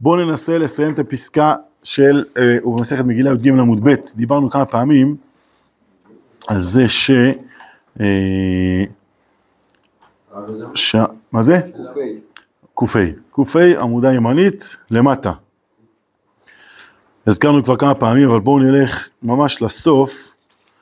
בואו ננסה לסיים את הפסקה של, ובמסכת מגילה י"ג עמוד ב', דיברנו כמה פעמים על זה מה זה? קופי עמודה ימנית למטה. הזכרנו כבר כמה פעמים, אבל בואו נלך ממש לסוף.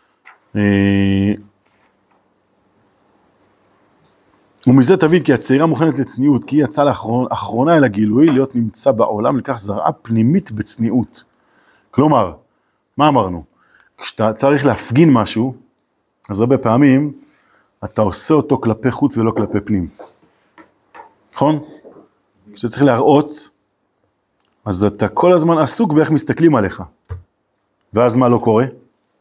ומזה תבין כי הצעירה מוכנת לצניעות, כי היא יצאה לאחרונה אל הגילוי, להיות נמצא בעולם, לקח זרעה פנימית בצניעות. כלומר, מה אמרנו? כשאתה צריך להפגין משהו, אז הרבה פעמים אתה עושה אותו כלפי חוץ ולא כלפי פנים. נכון? כשאתה צריך להראות, אז אתה כל הזמן עסוק באיך מסתכלים עליך. ואז מה לא קורה?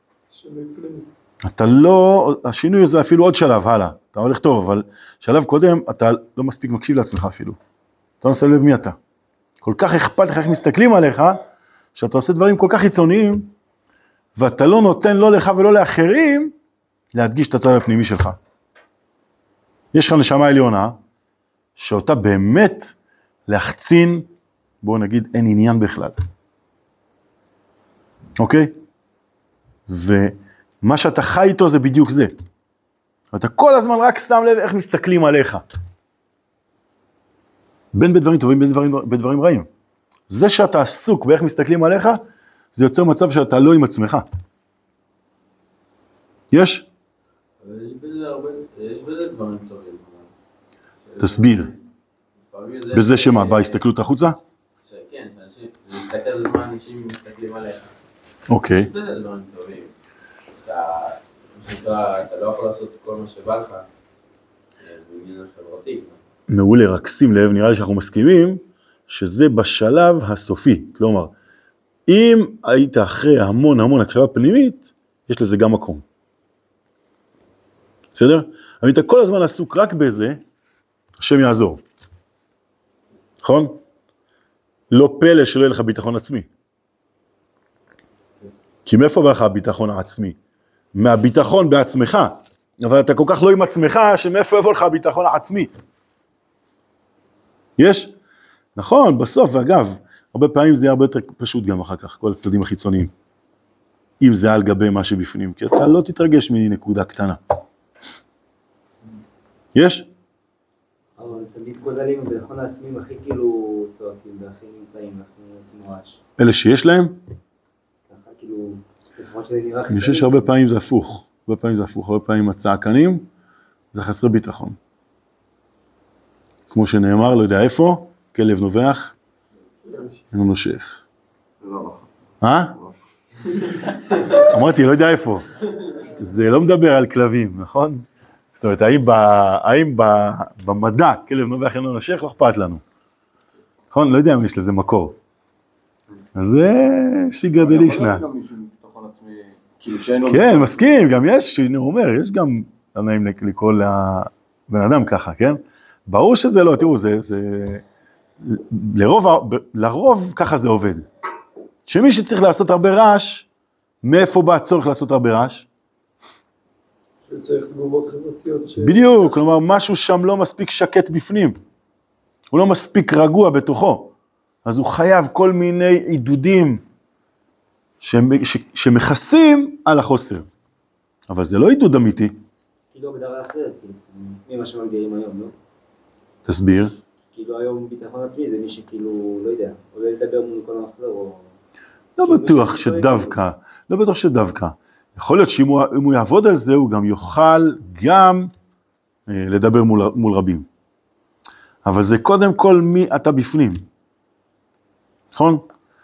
אתה לא, השינוי זה אפילו עוד שלב, הלאה. אתה הולך טוב, אבל שלב קודם, אתה לא מספיק מקשיב לעצמך אפילו. אתה לא שם לב מי אתה. כל כך אכפת לך איך מסתכלים עליך, שאתה עושה דברים כל כך חיצוניים, ואתה לא נותן לא לך ולא לאחרים, להדגיש את הצד הפנימי שלך. יש לך נשמה עליונה, שאותה באמת להחצין, בואו נגיד, אין עניין בכלל. אוקיי? ומה שאתה חי איתו זה בדיוק זה. אתה כל הזמן רק שם לב איך מסתכלים עליך. בין בדברים טובים, בין בדברים רעים. זה שאתה עסוק באיך מסתכלים עליך, זה יוצר מצב שאתה לא עם עצמך. יש? יש בזה דברים טובים. תסביר. בזה שמה, בהסתכלות החוצה? כן, להסתכל על זמן אנשים מסתכלים עליך. אוקיי. יש בזה דברים טובים. אתה לא יכול לעשות כל מה שבא לך, בעניין החברתי. מעולה, רק שים לב, נראה לי שאנחנו מסכימים, שזה בשלב הסופי. כלומר, אם היית אחרי המון הקשבה פנימית, יש לזה גם מקום. בסדר? אבל אתה כל הזמן עסוק רק בזה, השם יעזור. נכון? לא פלא שלא יהיה לך ביטחון עצמי. כי מאיפה בא לך הביטחון העצמי? מהביטחון בעצמך. אבל אתה כל כך לא עם עצמך, שמאיפה יבוא לך הביטחון העצמי? יש? נכון, בסוף, ואגב, הרבה פעמים זה יהיה הרבה יותר פשוט גם אחר כך, כל הצדדים החיצוניים. אם זה על גבי מה שבפנים, כי אתה לא תתרגש מנקודה קטנה. יש? אבל תמיד גודלים בביטחון העצמיים הכי כאילו צועקים, והכי נמצאים, הכי עושים רעש. אלה שיש להם? ככה כאילו, לפחות שזה נראה אני חושב שהרבה פעמים זה הפוך. הרבה פעמים הצעקנים, זה חסרי ביטחון. כמו שנאמר, לא יודע איפה, כלב נובח, אינו נושך. אמרתי, לא יודע איפה. זה לא מדבר על כלבים, נכון? זאת אומרת, האם במדע כלב נובח אינו נושך, לא אכפת לנו. נכון? לא יודע אם יש לזה מקור. אז זה שיגר דלישנה. כן, מסכים, גם יש, הוא אומר, יש גם, לא נעים לקרוא לבן אדם ככה, כן? ברור שזה לא, תראו, לרוב ככה זה עובד. שמי שצריך לעשות הרבה רעש, מאיפה בא הצורך לעשות הרבה רעש? שצריך תגובות חברתיות. בדיוק, כלומר, משהו שם לא מספיק שקט בפנים. הוא לא מספיק רגוע בתוכו. אז הוא חייב כל מיני עידודים שמכסים על החוסר. אבל זה לא עידוד אמיתי. כאילו הגדרה אחרת, ממה שמגדירים היום, לא? תסביר. כאילו היום ביטחון עצמי זה מי שכאילו, לא יודע, עולה לדבר מול כל המחזר או... לא בטוח שדווקא. יכול להיות שאם הוא יעבוד על זה, הוא גם יוכל גם לדבר מול רבים. אבל זה קודם כל מי אתה בפנים. נכון?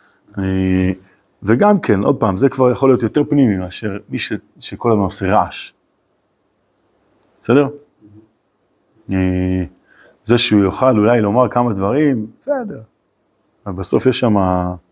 וגם כן, עוד פעם, זה כבר יכול להיות יותר פנימי מאשר מי שכל הזמן עושה רעש. בסדר? זה שהוא יוכל אולי לומר כמה דברים, בסדר. אבל בסוף יש שם...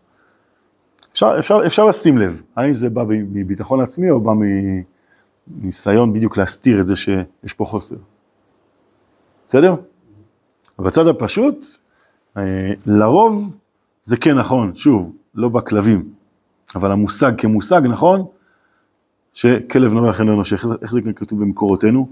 אפשר לשים לב, האם זה בא מביטחון עצמי או בא מניסיון בדיוק להסתיר את זה שיש פה חוסר. בסדר? בצד הפשוט, לרוב זה כן נכון, שוב, לא בכלבים, אבל המושג כמושג נכון, שכלב נובח אינו נושך, איך זה כתוב במקורותינו?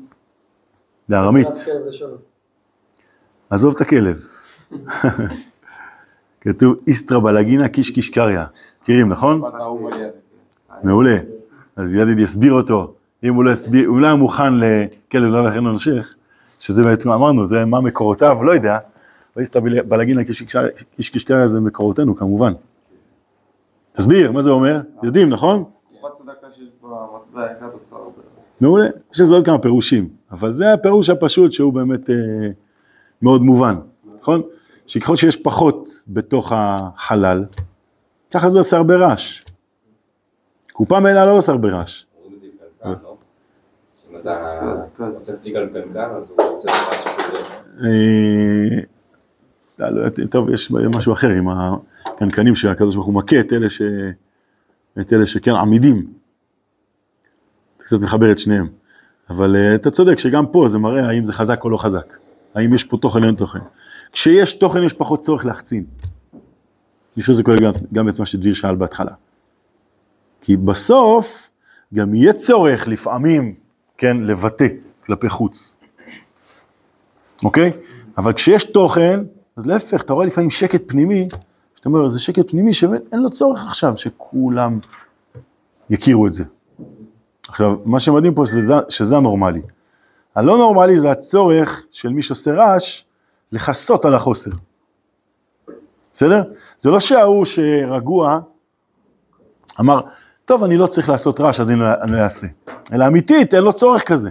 לארמית. עזוב את הכלב. כתוב איסטרה בלגינה קיש קיש קריה. מכירים, נכון? מעולה. אז ידיד יסביר אותו. אם הוא לא יסביר, הוא לא היה מוכן לכלב לא ואחר נמשך, שזה באמת אמרנו, זה מה מקורותיו, לא יודע. ואיסטרה בלגינה קיש קיש קריה זה מקורותינו, כמובן. תסביר, מה זה אומר? יודעים, נכון? קופת צדקה שיש במטבע אחד עשרה הרבה. מעולה, יש לזה עוד כמה פירושים, אבל זה הפירוש הפשוט שהוא באמת מאוד מובן, נכון? שככל שיש פחות בתוך החלל, ככה זה עושה הרבה רעש. קופה מלאה לא עושה הרבה רעש. אומרים את זה קלקן, לא? שאם אתה אוסף לי קלקן, אז הוא אוסף משהו כזה. טוב, יש משהו אחר עם הקנקנים שהקדוש ברוך הוא מכה את אלה שכן עמידים. אתה קצת מחבר את שניהם. אבל אתה צודק שגם פה זה מראה האם זה חזק או לא חזק. האם יש פה תוכן או אין תוכן. כשיש תוכן יש פחות צורך להחצין. אני חושב שזה כולל גם את מה שדביר שאל בהתחלה. כי בסוף גם יהיה צורך לפעמים, כן, לבטא כלפי חוץ. אוקיי? אבל כשיש תוכן, אז להפך, אתה רואה לפעמים שקט פנימי, שאתה אומר, זה שקט פנימי שאין לו צורך עכשיו שכולם יכירו את זה. עכשיו, מה שמדהים פה שזה הנורמלי. הלא נורמלי זה הצורך של מי שעושה רעש, לחסות על החוסר. בסדר? זה לא שההוא שרגוע, אמר, טוב, אני לא צריך לעשות רעש, אז אני לא אעשה. אלא אמיתית, אין לו צורך כזה.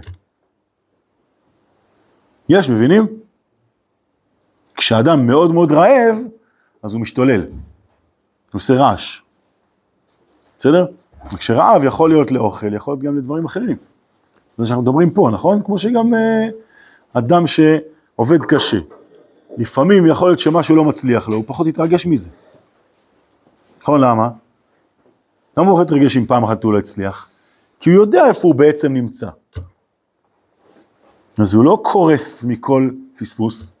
יש, מבינים? כשאדם מאוד מאוד רעב, אז הוא משתולל. הוא עושה רעש. בסדר? כשרעב יכול להיות לאוכל, יכול להיות גם לדברים אחרים. זה שאנחנו מדברים פה, נכון? כמו שגם אדם שעובד קשה. לפעמים יכול להיות שמשהו לא מצליח לו, הוא פחות יתרגש מזה. נכון, למה? למה הוא יכול להתרגש אם פעם אחת הוא לא הצליח? כי הוא יודע איפה הוא בעצם נמצא. אז הוא לא קורס מכל פספוס.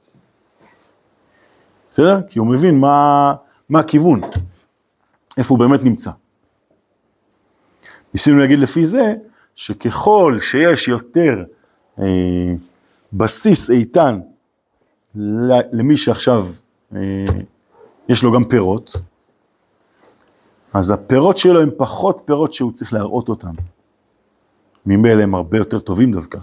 בסדר? כי הוא מבין מה הכיוון, איפה הוא באמת נמצא. ניסינו להגיד לפי זה, שככל שיש יותר בסיס איתן למי שעכשיו יש לו גם פירות, אז הפירות שלו הם פחות פירות שהוא צריך להראות אותם. ממילא הם הרבה יותר טובים דווקא.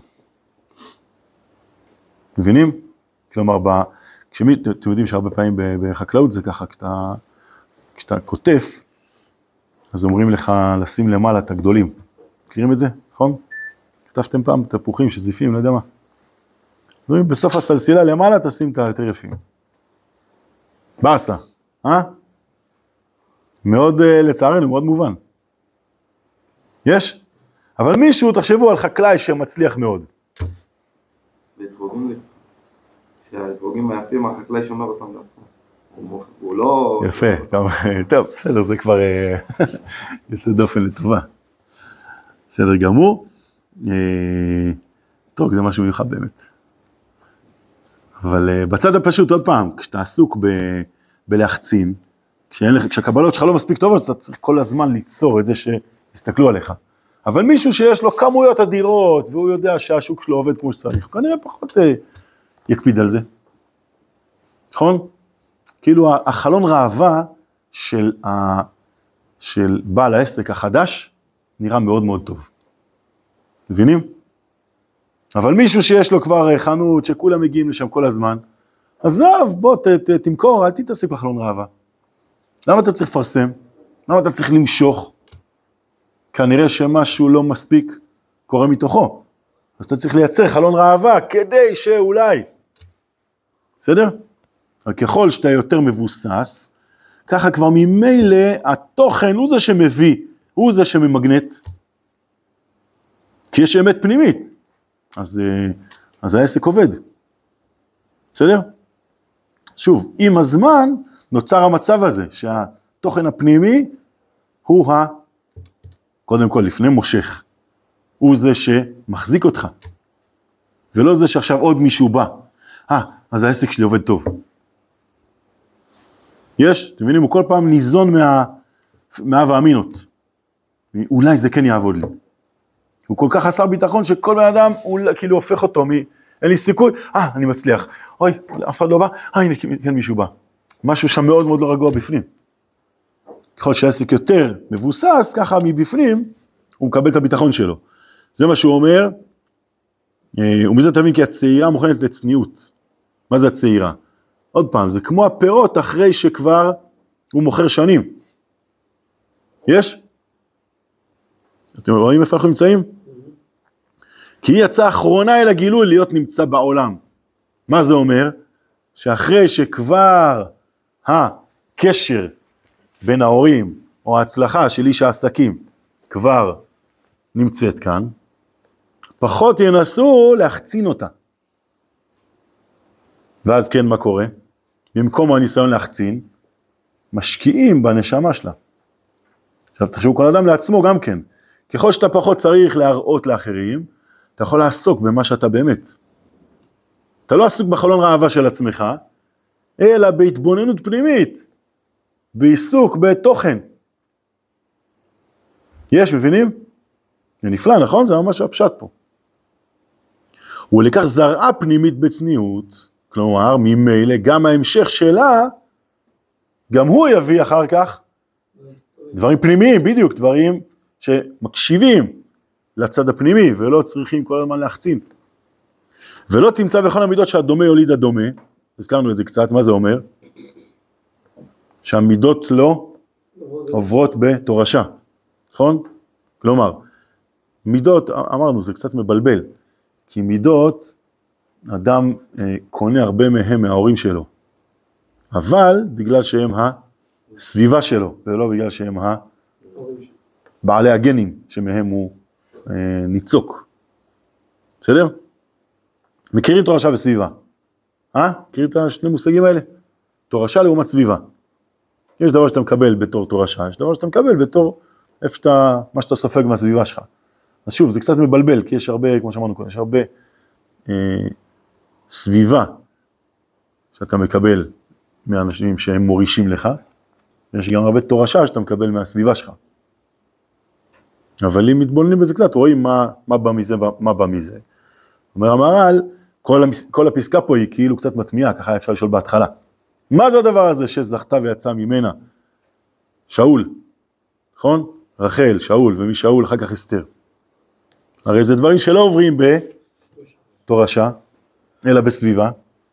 מבינים? כלומר, אתם יודעים שהרבה פעמים בחקלאות זה ככה, כשאתה כותף, אז אומרים לך לשים למעלה את הגדולים. מכירים את זה? נכון? כתבתם פעם תפוחים שזיפים, לא יודע מה. אומרים, בסוף הסלסילה למעלה תשים את היותר יפים. באסה, מאוד, לצערנו, מאוד מובן. יש? אבל מישהו, תחשבו על חקלאי שמצליח מאוד. ואתרוגים לי. שהאתרוגים היפים, החקלאי שומר אותם לעצמו. הוא לא... יפה, טוב, בסדר, זה כבר יוצא דופן לטובה. בסדר גמור. טוב, זה משהו מיוחד באמת. אבל בצד הפשוט, עוד פעם, כשאתה עסוק בלהחצין, כשהקבלות שלך לא מספיק טוב, אז אתה צריך כל הזמן ליצור את זה שיסתכלו עליך. אבל מישהו שיש לו כמויות אדירות, והוא יודע שהשוק שלו עובד כמו שצריך, הוא כנראה פחות יקפיד על זה. נכון? כאילו החלון ראווה של בעל העסק החדש, נראה מאוד מאוד טוב. מבינים? אבל מישהו שיש לו כבר חנות, שכולם מגיעים לשם כל הזמן, עזוב, בוא תמכור, אל תתעסק בחלון ראווה. למה אתה צריך לפרסם? למה אתה צריך למשוך? כנראה שמשהו לא מספיק קורה מתוכו. אז אתה צריך לייצר חלון ראווה, כדי שאולי. בסדר? אבל ככל שאתה יותר מבוסס, ככה כבר ממילא התוכן הוא זה שמביא, הוא זה שממגנט. כי יש אמת פנימית. אז העסק עובד. בסדר? שוב, עם הזמן נוצר המצב הזה, שהתוכן הפנימי הוא קודם כל לפני מושך, הוא זה שמחזיק אותך, ולא זה שעכשיו עוד מישהו בא. אז העסק שלי עובד טוב. יש, אתם מבינים, הוא כל פעם ניזון מההווה אמינות. אולי זה כן יעבוד לי. הוא כל כך חסר ביטחון שכל בן אדם, הוא כאילו הופך אותו אין לי סיכוי, אני מצליח. אוי, אף אחד לא בא, הנה, כן מישהו בא. משהו שם מאוד מאוד לא רגוע בפנים. ככל שהעסק יותר מבוסס, ככה מבפנים, הוא מקבל את הביטחון שלו. זה מה שהוא אומר, ומזה תבין כי הצעירה מוכנת לצניעות. מה זה הצעירה? עוד פעם, זה כמו הפירות אחרי שכבר הוא מוכר שנים. יש? אתם רואים איפה אנחנו נמצאים? כי היא יצאה האחרונה אל הגילוי להיות נמצא בעולם. מה זה אומר? שאחרי שכבר הקשר בין ההורים, או ההצלחה של איש העסקים, כבר נמצאת כאן, פחות ינסו להחצין אותה. ואז כן, מה קורה? במקום הניסיון להחצין, משקיעים בנשמה שלה. עכשיו, תחשבו כל אדם לעצמו גם כן. ככל שאתה פחות צריך להראות לאחרים, אתה יכול לעסוק במה שאתה באמת. אתה לא עסוק בחלון ראווה של עצמך, אלא בהתבוננות פנימית, בעיסוק, בתוכן. יש, מבינים? זה נפלא, נכון? זה ממש הפשט פה. ולכך זרעה פנימית בצניעות, כלומר, ממילא גם ההמשך שלה, גם הוא יביא אחר כך דברים פנימיים, בדיוק, דברים שמקשיבים לצד הפנימי, ולא צריכים כל הזמן להחצין. ולא תמצא בכל המידות שהדומה יוליד הדומה, הזכרנו את זה קצת, מה זה אומר? שהמידות לא עוברות בתורשה, נכון? כלומר, מידות, אמרנו, זה קצת מבלבל, כי מידות, אדם קונה הרבה מהם מההורים שלו, אבל בגלל שהם הסביבה שלו, ולא בגלל שהם בעלי הגנים, שמהם הוא ניצוק. בסדר? מכירים תורשה וסביבה? מכירים את השני מושגים האלה? תורשה לעומת סביבה. יש דבר שאתה מקבל בתור תורשה, יש דבר שאתה מקבל בתור מה שאתה סופג מהסביבה שלך. אז שוב, זה קצת מבלבל, כי יש הרבה, כמו שאמרנו קודם, יש הרבה סביבה שאתה מקבל מהאנשים שהם מורישים לך, ויש גם הרבה תורשה שאתה מקבל מהסביבה שלך. אבל אם מתבוננים בזה קצת, רואים מה בא מזה, מה בא מזה. אומר המהר"ל, כל הפסקה פה היא כאילו קצת מטמיעה, ככה אפשר לשאול בהתחלה. מה זה הדבר הזה שזכתה ויצא ממנה? שאול, נכון? רחל, שאול, ומשאול אחר כך אסתר. הרי זה דברים שלא עוברים בתורשה, אלא בסביבה.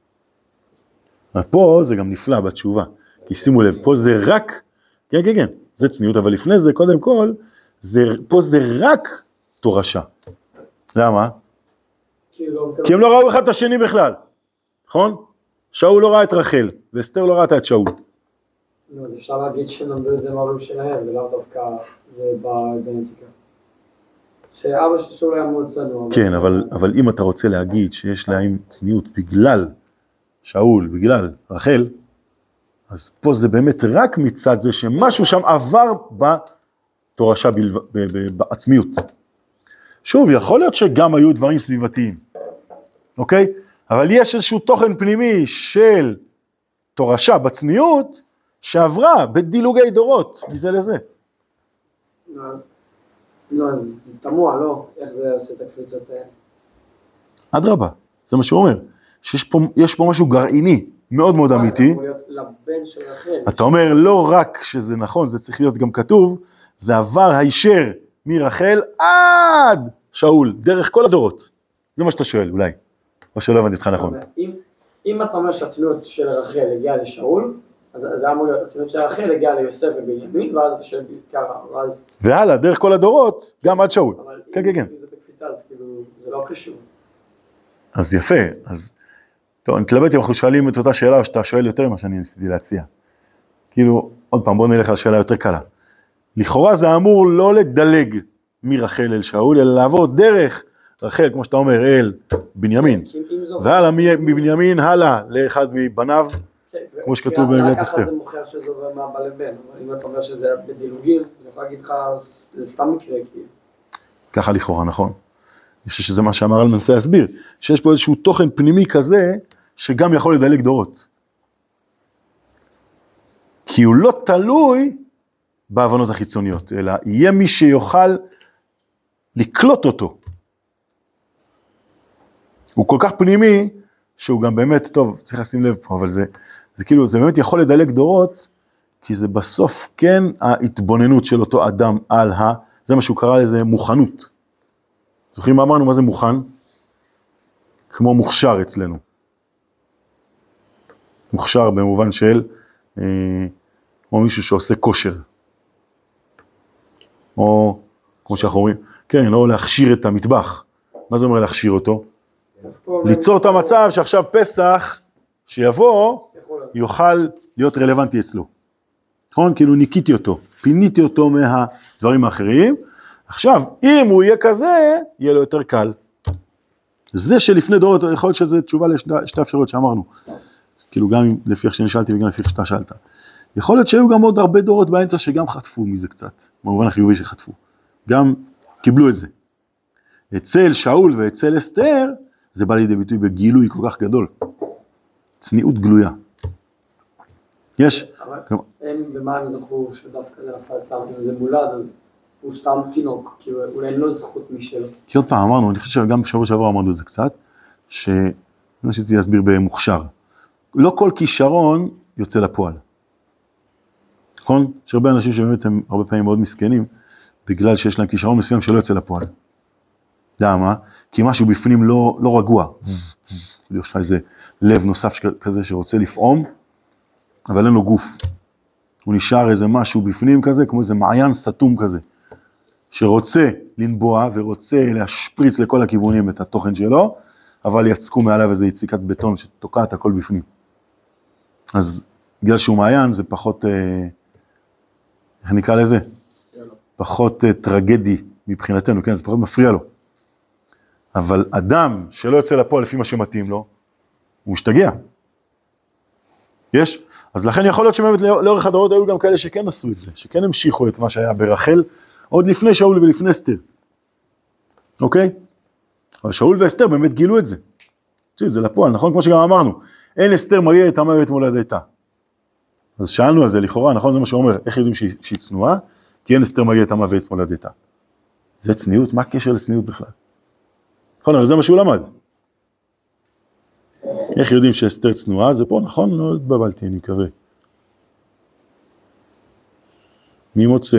פה זה גם נפלא בתשובה, כי שימו לב, פה זה רק, כן, זה צניעות, אבל לפני זה, קודם כל, פה זה רק תורשה. למה? כי הם לא ראו אחד את השני בכלל, נכון? שאול לא ראה את רחל, ואסתר לא ראתה את שאול. אז אפשר להגיד שנמדו את זה מההורים שלהם, ולאו דווקא זה בגנטיקה. שאבא של שאול היה מאוד צנוע. כן, אבל אם אתה רוצה להגיד שיש להם צניעות בגלל שאול, בגלל רחל, אז פה זה באמת רק מצד זה שמשהו שם עבר בתורשה בעצמיות. שוב, יכול להיות שגם היו דברים סביבתיים, אוקיי? אבל יש איזשהו תוכן פנימי של תורשה בצניעות, שעברה בדילוגי דורות, מזה לזה. לא, אז תמוה, לא? איך זה עושה את הקפיצות האלה? אדרבה, זה מה שהוא אומר. שיש פה משהו גרעיני, מאוד מאוד אמיתי. זה יכול להיות לבן של רחל. אתה אומר, לא רק שזה נכון, זה צריך להיות גם כתוב, זה עבר הישר מרחל עד שאול, דרך כל הדורות. זה מה שאתה שואל, אולי. או שלא הבנתי אותך נכון. אם אתה אומר שהצניעות של רחל הגיעה לשאול, אז זה אמור להיות, הצניעות של רחל הגיעה ליוסף ובנימין, ואז של ככה, ואז... והלאה, דרך כל הדורות, גם עד שאול. כן. אם זה בקפיצה, אז כאילו, זה לא קשור. אז יפה, אז... טוב, אני תלבט אם אנחנו שואלים את אותה שאלה, או שאתה שואל יותר ממה שאני ניסיתי להציע. כאילו, עוד פעם, בוא נלך על שאלה יותר קלה. לכאורה זה אמור לא לדלג מרחל אל שאול, אלא לעבור דרך רחל, כמו שאתה אומר, אל בנימין. והלאה מבנימין, הלאה לאחד מבניו, כמו שכתוב במגילת אסתר. ככה זה מוכר שזה עובר מאבא לבן, אבל אם אתה אומר שזה בדילוגים, אני יכול להגיד לך, זה סתם מקרה, כאילו. ככה לכאורה, נכון. אני חושב שזה מה שאמר על מנסה להסביר, שיש פה איזשהו תוכן פנימי כזה, שגם יכול לדלג דורות. כי הוא לא תלוי בהבנות החיצוניות, אלא יהיה מי שיוכל לקלוט אותו. הוא כל כך פנימי, שהוא גם באמת, טוב, צריך לשים לב פה, אבל זה כאילו, זה באמת יכול לדלג דורות, כי זה בסוף כן ההתבוננות של אותו אדם על זה מה שהוא קרא לזה מוכנות. זוכרים מה אמרנו, מה זה מוכן? כמו מוכשר אצלנו. מוכשר במובן של, כמו מישהו שעושה כושר. או, כמו שאנחנו אומרים, כן, לא להכשיר את המטבח. מה זה אומר להכשיר אותו? ליצור את המצב שעכשיו פסח, שיבוא, יוכל להיות רלוונטי אצלו. נכון? כאילו ניקיתי אותו, פיניתי אותו מהדברים האחרים. עכשיו, אם הוא יהיה כזה, יהיה לו יותר קל. זה שלפני דורות, יכול להיות שזה תשובה לשתי אפשרויות שאמרנו. כאילו גם לפי איך שנשאלתי וגם לפי איך שאתה שאלת. יכול להיות שהיו גם עוד הרבה דורות באמצע שגם חטפו מזה קצת. במובן החיובי שחטפו. גם קיבלו את זה. אצל שאול ואצל אסתר, זה בא לידי ביטוי בגילוי כל כך גדול. צניעות גלויה. יש. הם במה הם זכו שדווקא זה נפל סתם, אם זה מולד, אז הוא סתם תינוק, כאילו אולי אין לו זכות משלו. כי עוד פעם אמרנו, אני חושב שגם בשבוע שעבר אמרנו את זה קצת, שאני חושב להסביר במוכשר. לא כל כישרון יוצא לפועל. נכון? יש הרבה אנשים שבאמת הם הרבה פעמים מאוד מסכנים, בגלל שיש להם כישרון מסוים שלא יוצא לפועל. למה? כי משהו בפנים לא רגוע. יש לך איזה לב נוסף כזה שרוצה לפעום, אבל אין לו גוף. הוא נשאר איזה משהו בפנים כזה, כמו איזה מעיין סתום כזה, שרוצה לנבוע ורוצה להשפריץ לכל הכיוונים את התוכן שלו, אבל יצקו מעליו איזה יציקת בטון שתוקעת הכל בפנים. אז בגלל שהוא מעיין זה פחות, איך נקרא לזה? פחות טרגדי מבחינתנו, כן? זה פחות מפריע לו. אבל אדם שלא יוצא לפועל לפי מה שמתאים לו, הוא משתגע. יש? אז לכן יכול להיות שבאמת לאורך הדורות היו גם כאלה שכן עשו את זה, שכן המשיכו את מה שהיה ברחל, עוד לפני שאול ולפני אסתר. אוקיי? אבל שאול ואסתר באמת גילו את זה. זה לפועל, נכון? כמו שגם אמרנו, אין אסתר מגיע את המוות מולדתה. אז שאלנו על זה לכאורה, נכון? זה מה שאומר, איך יודעים שהיא צנועה? כי אין אסתר מגיע את המוות מולדתה. זה צניעות? מה הקשר לצניעות בכלל? נכון, אבל זה מה שהוא למד. איך יודעים שאסתר צנועה? זה פה, נכון? לא התבלבלתי, אני מקווה. מי מוצא?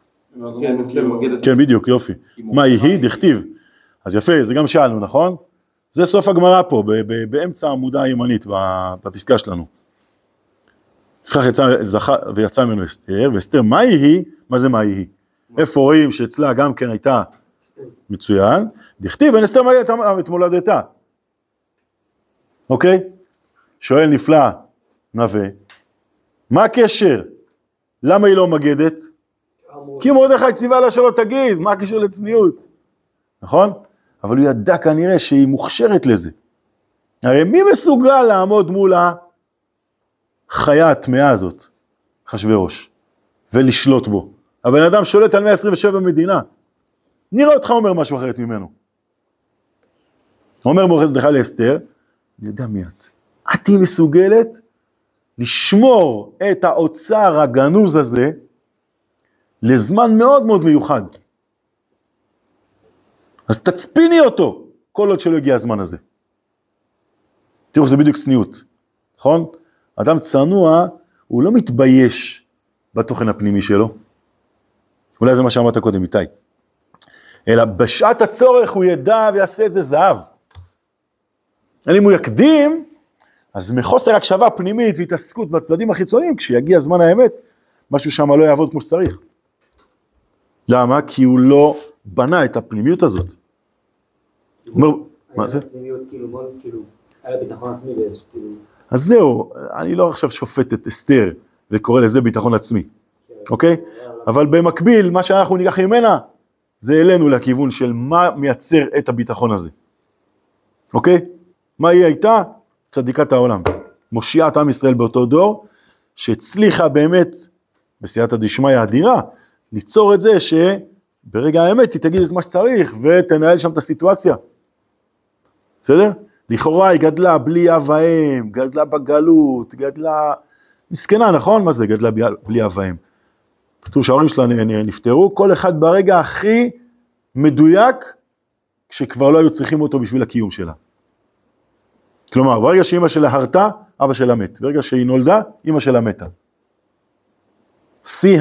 כן, בדיוק, יופי. מה היא? דכתיב. אז יפה, זה גם שאלנו, נכון? זה סוף הגמרא פה, באמצע העמודה הימנית, בפסקה שלנו. לפחח ויצא ממנו אסתר, ואסתר מה היא? מה זה מה היא? איפה רואים שאצלה גם כן הייתה מצוין? דכתיב, אין אסתר מגיע את מולדתה. אוקיי? שואל נפלא, נווה. מה הקשר? למה היא לא מגדת? כי מרדכי ציווה לה שלא תגיד, מה הקשר לצניעות? נכון? אבל הוא ידע כנראה שהיא מוכשרת לזה. הרי מי מסוגל לעמוד מול החיה הטמאה הזאת, אחשוורוש, ולשלוט בו? הבן אדם שולט על 127 מדינה. נראה אותך אומר משהו אחרת ממנו. אומר מרדכי לאסתר, אני יודע מי את. את היא מסוגלת לשמור את האוצר הגנוז הזה לזמן מאוד מאוד מיוחד. אז תצפיני אותו, כל עוד שלא הגיע הזמן הזה. תראו, זה בדיוק צניעות, נכון? אדם צנוע, הוא לא מתבייש בתוכן הפנימי שלו. אולי זה מה שאמרת קודם, איתי. אלא בשעת הצורך הוא ידע ויעשה את זה זהב. אם הוא יקדים, אז מחוסר הקשבה פנימית והתעסקות בצדדים החיצוניים, כשיגיע זמן האמת, משהו שם לא יעבוד כמו שצריך. למה? כי הוא לא בנה את הפנימיות הזאת. מה זה? הפנימיות כאילו, היה ביטחון עצמי ויש, כאילו... אז זהו, אני לא עכשיו שופט את אסתר וקורא לזה ביטחון עצמי, אוקיי? אבל במקביל, מה שאנחנו ניקח ממנה, זה אלינו לכיוון של מה מייצר את הביטחון הזה. אוקיי? מה היא הייתה? צדיקת העולם. מושיעת עם ישראל באותו דור, שהצליחה באמת, בסייעתא דשמיא האדירה, ליצור את זה שברגע האמת היא תגיד את מה שצריך, ותנהל שם את הסיטואציה. בסדר? לכאורה היא גדלה בלי אב ואם, גדלה בגלות, גדלה... מסכנה, נכון? מה זה גדלה בלי אב ואם? כתוב שההורים שלה נפטרו, כל אחד ברגע הכי מדויק, כשכבר לא היו צריכים אותו בשביל הקיום שלה. כלומר, ברגע שאמא שלה הרתה, אבא שלה מת. ברגע שהיא נולדה, אמא שלה מתה. שיא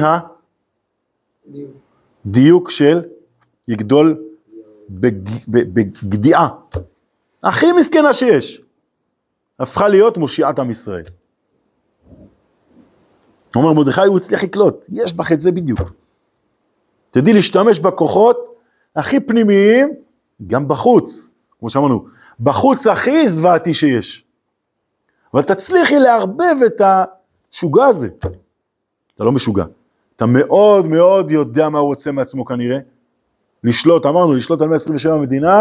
דיוק של יגדול בגדיעה. הכי מסכנה שיש. הפכה להיות מושיעת עם ישראל. אומר מרדכי, הוא הצליח לקלוט. יש בך את זה בדיוק. תדעי להשתמש בכוחות הכי פנימיים, גם בחוץ. כמו שאמרנו, בחוץ הכי זוועתי שיש. אבל תצליחי להרבב את השוגע הזה. אתה לא משוגע. אתה מאוד מאוד יודע מה הוא רוצה מעצמו כנראה. לשלוט, אמרנו, לשלוט על 127 מדינה.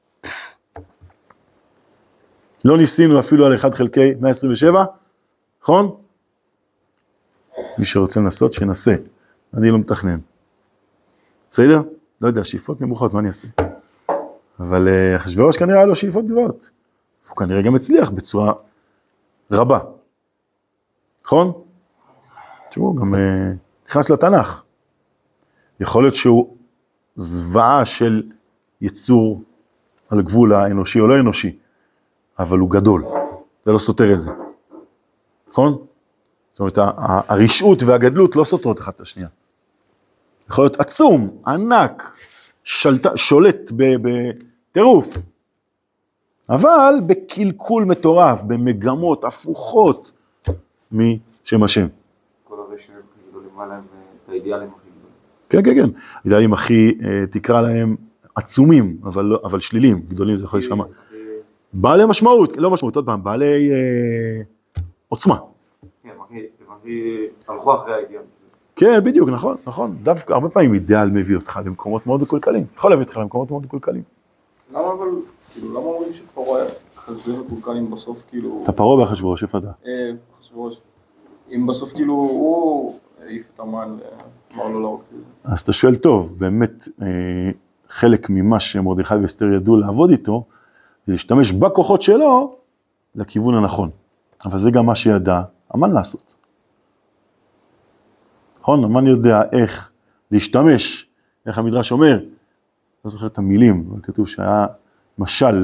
לא ניסינו אפילו על 1 חלקי 127. נכון? מי שרוצה לנסות, שינסה. אני לא מתכנן. בסדר? לא יודע, שאיפות נמוכות, מה אני אעשה? אבל אחשוורוש כנראה היה לו שאיפות גבוהות. הוא כנראה גם הצליח בצורה רבה. נכון? תשמעו, גם נכנס לתנ"ך. יכול להיות שהוא זוועה של יצור על גבול האנושי או לא אנושי, אבל הוא גדול. זה לא סותר את זה. נכון? זאת אומרת, הרשעות והגדלות לא סותרות אחת את השנייה. יכול להיות עצום, ענק, שולט בטירוף, אבל בקלקול מטורף, במגמות הפוכות משם השם. כל הרשעים הכי גדולים, מה להם את האידיאלים הכי גדולים. כן, כן, כן. האידיאלים הכי, תקרא להם עצומים, אבל שלילים, גדולים זה יכול להישמע. בעלי משמעות, לא משמעות, עוד פעם, בעלי עוצמה. כן, הם הכי הלכו אחרי האידיאל. כן, בדיוק, נכון, נכון. דווקא הרבה פעמים אידיאל מביא אותך למקומות מאוד מקולקלים. יכול להביא אותך למקומות מאוד מקולקלים. למה אבל, כאילו, למה אומרים שפרעה כזה מקולקל אם בסוף כאילו... אתה פרעה באחשוורוש, איפה אתה? באחשוורוש. אם בסוף כאילו הוא העיף את המן, אמר לו לא. אז אתה שואל טוב, באמת חלק ממה שמרדכי ואסתר ידעו לעבוד איתו, זה להשתמש בכוחות שלו לכיוון הנכון. אבל זה גם מה שידע המן לעשות. נכון, המן יודע איך להשתמש, איך המדרש אומר, לא זוכר את המילים, אבל כתוב שהיה משל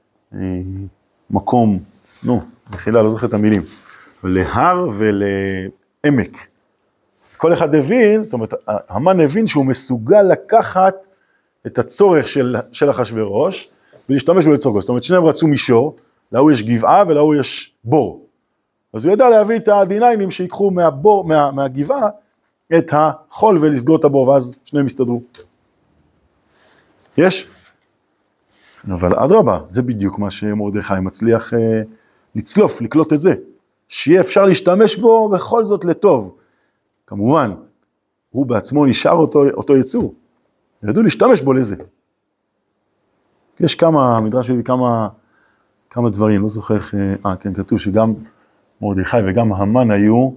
למקום, מחילה, לא זוכר את המילים, להר ולעמק. כל אחד הבין, זאת אומרת, המן הבין שהוא מסוגל לקחת את הצורך של אחשוורוש, ולהשתמש בו לצורכו. זאת אומרת, שניהם רצו מישור, להוא יש גבעה ולהוא יש בור. אז הוא ידע להביא את ה-D9 שיקחו מהגבעה, את החול ולסגור את הבור, ואז שניהם יסתדרו. יש? אבל אדרבה, זה בדיוק מה שמרדכי מצליח לצלוף, לקלוט את זה. שיהיה אפשר להשתמש בו בכל זאת לטוב. כמובן, הוא בעצמו נשאר אותו יצור. ידעו להשתמש בו לזה. יש כמה, מדרש מביא כמה דברים, לא זוכר איך, כן, כתוב שגם מרדכי וגם המן היו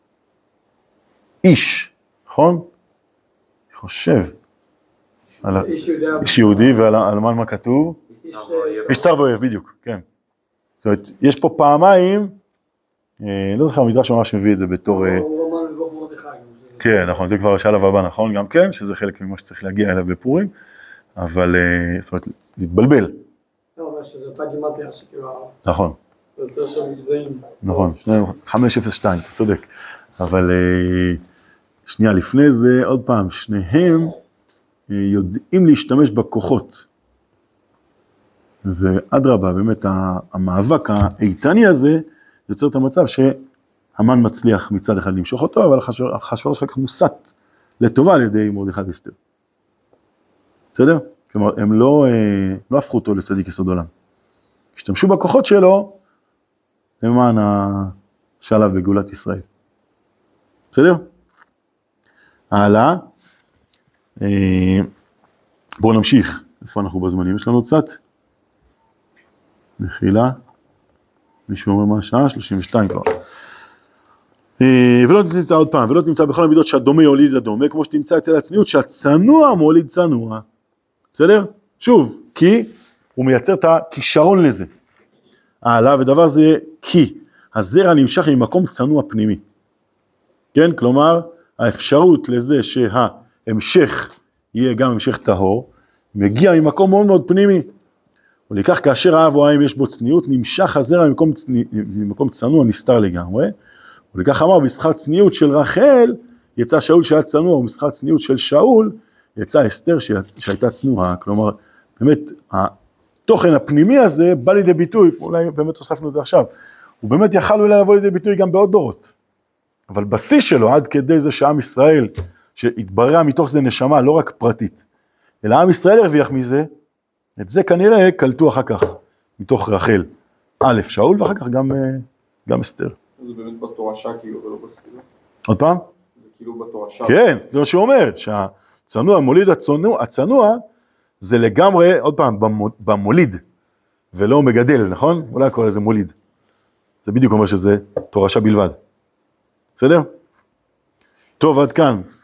איש, נכון? אני חושב. איש יהודי, ועל מה כתוב? איש צר ואויב, בדיוק, כן. זאת אומרת, יש פה פעמיים, לא זוכר, המדרש ממש מביא את זה בתור... כן, נכון, זה כבר השלב הבא, נכון, גם כן, שזה חלק ממה שצריך להגיע אליו בפורים, אבל, זאת אומרת, להתבלבל. לא, אבל שזה אותה גימטריה שכאילו... נכון. זה יותר שם גזעים. נכון, 502, אתה צודק. אבל שנייה לפני זה, עוד פעם, שניהם יודעים להשתמש בכוחות. ואדרבה, באמת המאבק האיתני הזה, יוצר את המצב שהמן מצליח מצד אחד למשוך אותו, אבל אחשוורוש אחר כך מוסת לטובה על ידי מרדכי ואסתר. בסדר? כלומר, הם לא הפכו אותו לצדיק יסוד עולם. השתמשו בכוחות שלו למען השלב בגאולת ישראל. בסדר? הלאה. בואו נמשיך. איפה אנחנו בזמנים? יש לנו קצת? מחילה. מישהו אומר מה השעה? 32 כבר. ולא תמצא עוד פעם, ולא תמצא בכל המידות שהדומה יוליד לדומה, כמו שתמצא אצל הצניעות שהצנוע מוליד צנוע. בסדר? שוב, כי הוא מייצר את הכישרון לזה. הלאה, ודבר זה כי הזרע נמשך ממקום צנוע פנימי. כן? כלומר, האפשרות לזה שההמשך יהיה גם המשך טהור, מגיע ממקום מאוד מאוד פנימי. ולכך כאשר האב או האם יש בו צניעות, נמשך הזרע ממקום צנוע נסתר לגמרי, ולכך אמר בשכר צניעות של רחל, יצא שאול שהיה צנוע, ובשכר צניעות של שאול, יצא אסתר שהייתה צנועה, כלומר, באמת, התוכן הפנימי הזה בא לידי ביטוי, אולי באמת הוספנו את זה עכשיו, הוא באמת יכל אולי לבוא לידי ביטוי גם בעוד דורות, אבל בשיא שלו, עד כדי זה שעם ישראל, שהתבררה מתוך זה נשמה, לא רק פרטית, אלא עם ישראל הרוויח מזה, את זה כנראה קלטו אחר כך, מתוך רחל, א', שאול, ואחר כך גם אסתר. זה באמת בתורשה כאילו, ולא בספירה. עוד פעם? זה כאילו בתורשה. כן, זה מה שהוא אומר, שהצנוע, מוליד הצנוע, זה לגמרי, עוד פעם, במוליד, ולא מגדל, נכון? אולי קורא לזה מוליד. זה בדיוק אומר שזה תורשה בלבד. בסדר? טוב, עד כאן.